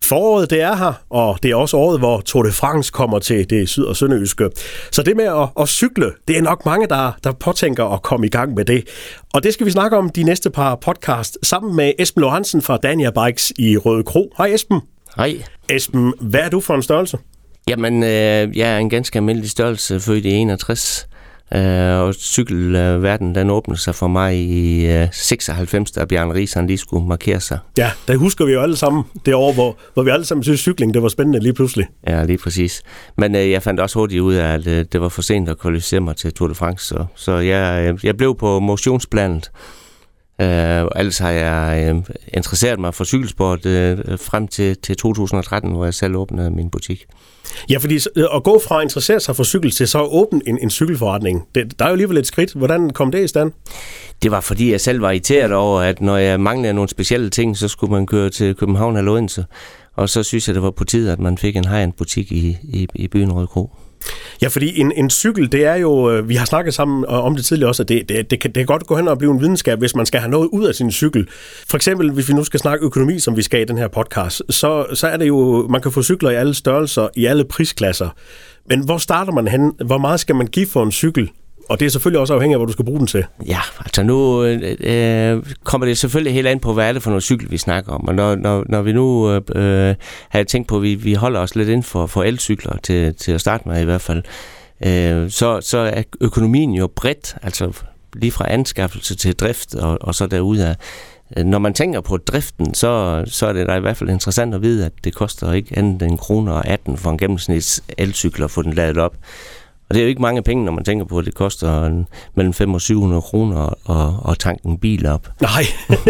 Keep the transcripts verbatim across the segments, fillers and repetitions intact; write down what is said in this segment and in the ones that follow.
Foråret, det er her, og det er også året, hvor Tour de France kommer til det syd- og sønderjyske. Så det med at, at cykle, det er nok mange, der, der påtænker at komme i gang med det. Og det skal vi snakke om de næste par podcast sammen med Esben Lorentzen fra Dania Bikes i Rødekro. Hej Esben. Hej. Esben, hvad er du for en størrelse? Jamen, øh, jeg er en ganske almindelig størrelse, født i enogtres. Uh, og cykelverden, uh, den åbnede sig for mig i uh, seksoghalvfems, da Bjarne Riis han lige skulle markere sig. Ja, der husker vi jo alle sammen det år, hvor, hvor vi alle sammen synes, cykling det var spændende lige pludselig. Ja, lige præcis. Men uh, jeg fandt også hurtigt ud af, at uh, det var for sent at kvalificere mig til Tour de France, så, så jeg, uh, jeg blev på motionsplanet. Uh, ellers har jeg uh, interesseret mig for cykelsport uh, frem til, til to tusind og tretten, hvor jeg selv åbnede min butik. Ja, fordi at gå fra at interessere sig for cykel til så at åbne en, en cykelforretning, det, der er jo alligevel et skridt. Hvordan kom det i stand? Det var fordi, jeg selv var irriteret over, at når jeg manglede nogle specielle ting, så skulle man køre til København eller Odense. Og så synes jeg, det var på tide, at man fik en high-end butik i, i, i byen Rødekro. Ja, fordi en, en cykel, det er jo, vi har snakket sammen om det tidligere også, at det, det, det, kan, det kan godt gå hen og blive en videnskab, hvis man skal have noget ud af sin cykel. For eksempel, hvis vi nu skal snakke økonomi, som vi skal i den her podcast, så, så er det jo, man kan få cykler i alle størrelser, i alle prisklasser. Men hvor starter man hen? Hvor meget skal man give for en cykel? Og det er selvfølgelig også afhængigt af, hvad du skal bruge den til. Ja, altså nu øh, kommer det selvfølgelig helt an på, hvad er det for noget cykel, vi snakker om. Og når, når, når vi nu øh, har tænkt på, at vi, vi holder os lidt inden for, for elcykler, til, til at starte med i hvert fald, øh, så, så er økonomien jo bredt, altså lige fra anskaffelse til drift og, og så derudad. Når man tænker på driften, så, så er det da i hvert fald interessant at vide, at det koster ikke andet end kroner og atten for en gennemsnits elcykel at få den ladet op. Og det er jo ikke mange penge, når man tænker på, at det koster en, mellem fem og syv hundrede kroner at, at tanke en bil op. Nej,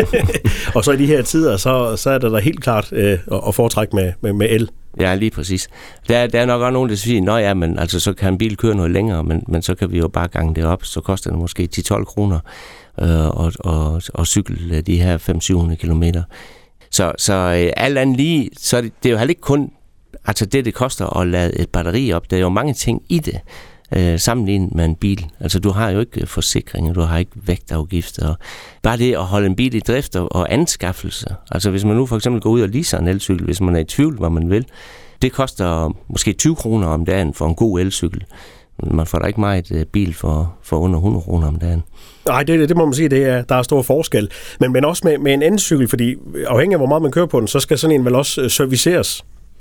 og så i de her tider, så, så er det da helt klart øh, at foretrække med, med, med el. Ja, lige præcis. Der, der er nok også nogen, der siger, nå ja, men altså, så kan en bil køre noget længere, men, men så kan vi jo bare gange det op, så koster det måske ti til tolv kroner øh, og, og, og cykle de her fem til syv hundrede kilometer. Så, så øh, alt andet lige, så er det, det er jo heller ikke kun altså det, det koster at lade et batteri op. Der er jo mange ting i det, øh, sammenlignet med en bil. Altså, du har jo ikke forsikringer, du har ikke vægtafgifter. Bare det at holde en bil i drift og anskaffelse. Altså, hvis man nu for eksempel går ud og leaser en elcykel, hvis man er i tvivl, hvad man vil, det koster måske tyve kroner om dagen for en god elcykel. Man får da ikke meget bil for, for under hundrede kroner om dagen. Nej, det, det må man sige, det er, der er stor forskel. Men, men også med, med en elcykel, fordi afhængig af, hvor meget man kører på den, så skal sådan en vel også serviceres.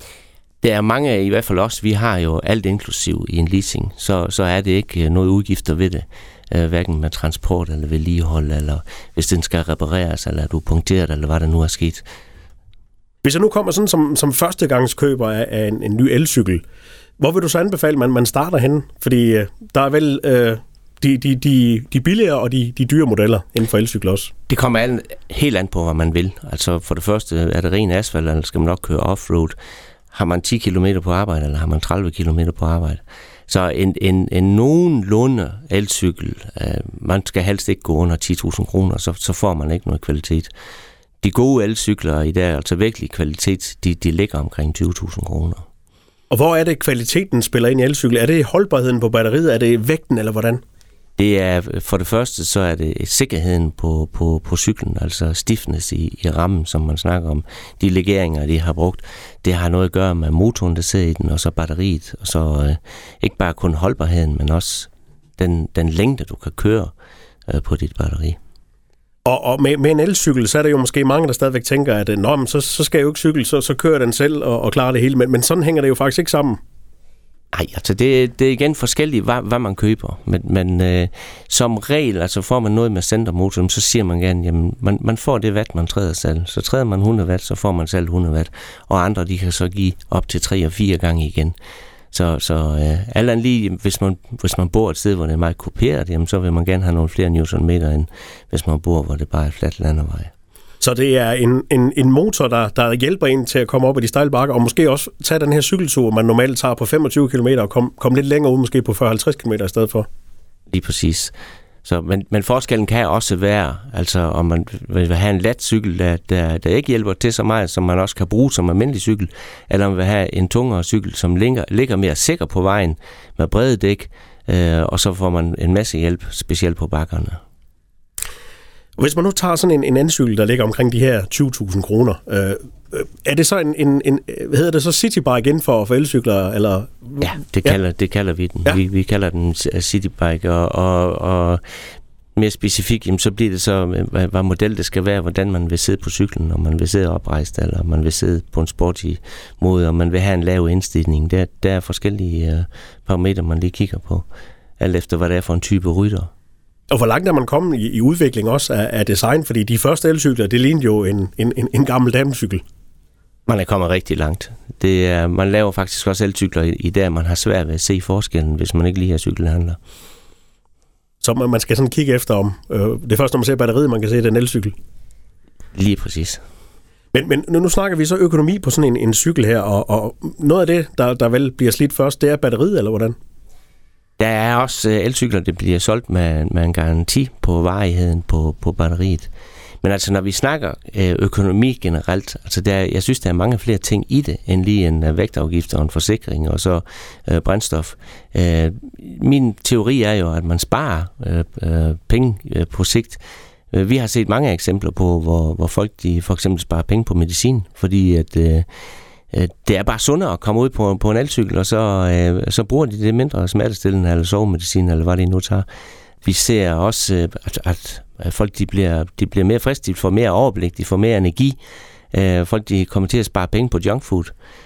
Der er mange, i hvert fald også, vi har jo alt inklusiv i en leasing, så, så er det ikke noget udgifter ved det, øh, hverken med transport eller vedligehold, eller hvis den skal repareres, eller er du punkteret, eller hvad der nu er sket. Hvis jeg nu kommer sådan som, som førstegangskøber af, af en, en ny elcykel, hvor vil du så anbefale, at man, man starter henne? Fordi øh, der er vel øh, de, de, de, de billigere og de, de dyre modeller inden for elcykler også. Det kommer an, helt an på, hvad man vil. Altså for det første, er det ren asfalt, eller skal man nok køre offroad? Har man ti kilometer på arbejde, eller har man tredive kilometer på arbejde? Så en, en, en nogenlunde elcykel, øh, man skal helst ikke gå under ti tusind kroner, så, så får man ikke noget kvalitet. De gode elcykler i dag, altså virkelig kvalitet, de, de ligger omkring tyve tusind kroner. Og hvor er det, kvaliteten spiller ind i elcykler? Er det holdbarheden på batteriet? Er det vægten, eller hvordan? Det er, for det første, så er det sikkerheden på, på, på cyklen, altså stiffness i, i rammen, som man snakker om. De legeringer, de har brugt, det har noget at gøre med motoren, der sidder i den, og så batteriet. Og så øh, ikke bare kun holdbarheden, men også den, den længde, du kan køre øh, på dit batteri. Og, og med, med en elcykel, så er der jo måske mange, der stadigvæk tænker, at Nå, men så, så skal jeg jo ikke cykle, så, så kører den selv og, og klarer det hele. Men, men sådan hænger det jo faktisk ikke sammen. Nej, altså det, det er igen forskelligt, hvad, hvad man køber. Men, men øh, som regel, altså får man noget med centermotoren, så siger man gerne, jamen man, man får det watt, man træder selv. Så træder man hundrede watt, så får man selv hundrede watt. Og andre, de kan så give op til tre og fire gange igen. Så, så øh, alt andet lige, hvis man, hvis man bor et sted, hvor det er meget kuperet, jamen så vil man gerne have nogle flere newtonmeter, end hvis man bor, hvor det bare er fladt landevej. Så det er en, en, en motor, der, der hjælper en til at komme op ad de stejle bakker, og måske også tage den her cykeltur, man normalt tager på femogtyve kilometer, og komme kom lidt længere ud, måske på fyrre til halvtreds kilometer i stedet for. Lige præcis. Så, men, men forskellen kan også være, altså om man vil have en let cykel, der, der, der ikke hjælper til så meget, som man også kan bruge som almindelig cykel, eller om man vil have en tungere cykel, som ligger, ligger mere sikker på vejen, med brede dæk, øh, og så får man en masse hjælp, specielt på bakkerne. Hvis man nu tager sådan en, en elcykel, der ligger omkring de her tyve tusind kroner, øh, er det så en, en, en, hvad hedder det så, citybike inden for, for elcykler? Eller? Ja, det kalder, ja. det kalder vi den. Ja. Vi, vi kalder den citybike, og, og, og mere specifikt, jamen, så bliver det så, hvad, hvad model det skal være, hvordan man vil sidde på cyklen, om man vil sidde oprejst, eller om man vil sidde på en sporty måde, om man vil have en lav indstigning. Der, der er forskellige uh, parametre, man lige kigger på, alt efter hvad det er for en type rytter. Og hvor langt er man kommet i, i udvikling også af, af design? Fordi de første elcykler, det lignede jo en, en, en, en gammel damecykel. Man er kommet rigtig langt. Det er, man laver faktisk også elcykler i, i dag, man har svært ved at se forskellen, hvis man ikke lige har cykelhandler. Så man skal sådan kigge efter om. Øh, det er først, når man ser batteriet, man kan se den elcykel. Lige præcis. Men, men nu, nu snakker vi så økonomi på sådan en, en cykel her, og, og noget af det, der, der vel bliver slidt først, det er batteriet, eller hvordan? Der er også elcykler, der bliver solgt med, med en garanti på varigheden på, på batteriet. Men altså, når vi snakker økonomi generelt, altså der, jeg synes, der er mange flere ting i det, end lige en vægtafgift og en forsikring og så øh, brændstof. Øh, min teori er jo, at man sparer øh, penge øh, på sigt. Vi har set mange eksempler på, hvor, hvor folk de for eksempel sparer penge på medicin, fordi at øh, det er bare sundere at komme ud på, på en elcykel, og så, øh, så bruger de det mindre smertestillende eller sovemedicin, eller hvad de nu tager. Vi ser også, at, at, at folk de bliver, de bliver mere friske, de får mere overblik, de får mere energi. Øh, folk de kommer til at spare penge på junkfood,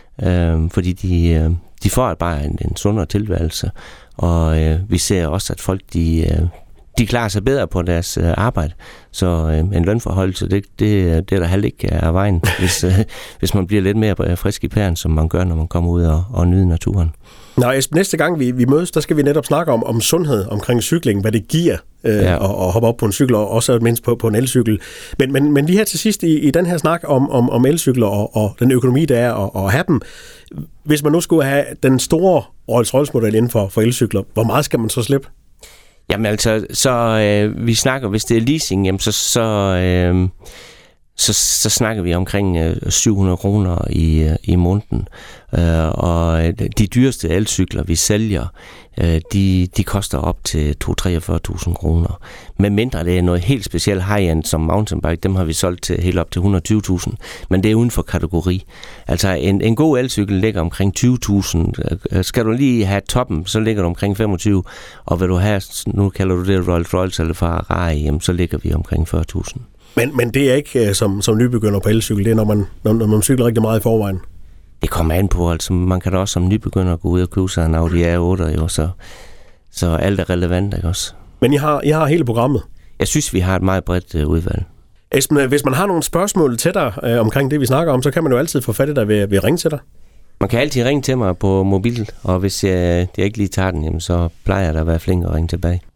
øh, fordi de, de får bare en, en sundere tilværelse. Og øh, vi ser også, at folk de, de klarer sig bedre på deres øh, arbejde. Så øh, en lønforholdelse, det, det, det er der heller ikke af vejen, hvis, øh, hvis man bliver lidt mere frisk i pæren, som man gør, når man kommer ud og, og nyder naturen. Nå, Esben, næste gang vi, vi mødes, der skal vi netop snakke om, om sundhed omkring cykling, hvad det giver øh, ja. at, at hoppe op på en cykel, og også mindst på, på en elcykel. Men, men, men lige her til sidst i, i den her snak om, om, om elcykler og, og den økonomi, der er at, at have dem. Hvis man nu skulle have den store Rolls-Royce-model inden for, for elcykler, hvor meget skal man så slippe? Jamen altså, så øh, vi snakker, hvis det er leasing, jamen så, så, øh, så, så snakker vi omkring øh, syv hundrede kroner i, øh, i måneden. Øh, og de dyreste elcykler, vi sælger, øh, de, de koster op til to til treogfyrre tusind kroner. Men mindre det er noget helt specielt high-end som mountainbike, dem har vi solgt til helt op til et hundrede og tyve tusind. Men det er uden for kategori. Altså en, en god elcykel ligger omkring tyve tusind. Skal du lige have toppen, så ligger du omkring femogtyve. Og vil du have, nu kalder du det Rolls Royce eller Ferrari, jamen, så ligger vi omkring fyrre tusind. Men, men det er ikke som, som nybegynder på elcykel, det er når man, når, når man cykler rigtig meget i forvejen. Det kommer an på, altså man kan da også som nybegynder gå ud og købe sig en Audi R otte, jo, så, så alt er relevant, ikke også? Men I har, I har hele programmet? Jeg synes, vi har et meget bredt øh, udvalg. Esben, hvis man har nogle spørgsmål til dig øh, omkring det, vi snakker om, så kan man jo altid få fat i dig ved, ved at ringe til dig. Man kan altid ringe til mig på mobil, og hvis jeg, jeg ikke lige tager den, jamen, så plejer jeg da at være flink at ringe tilbage.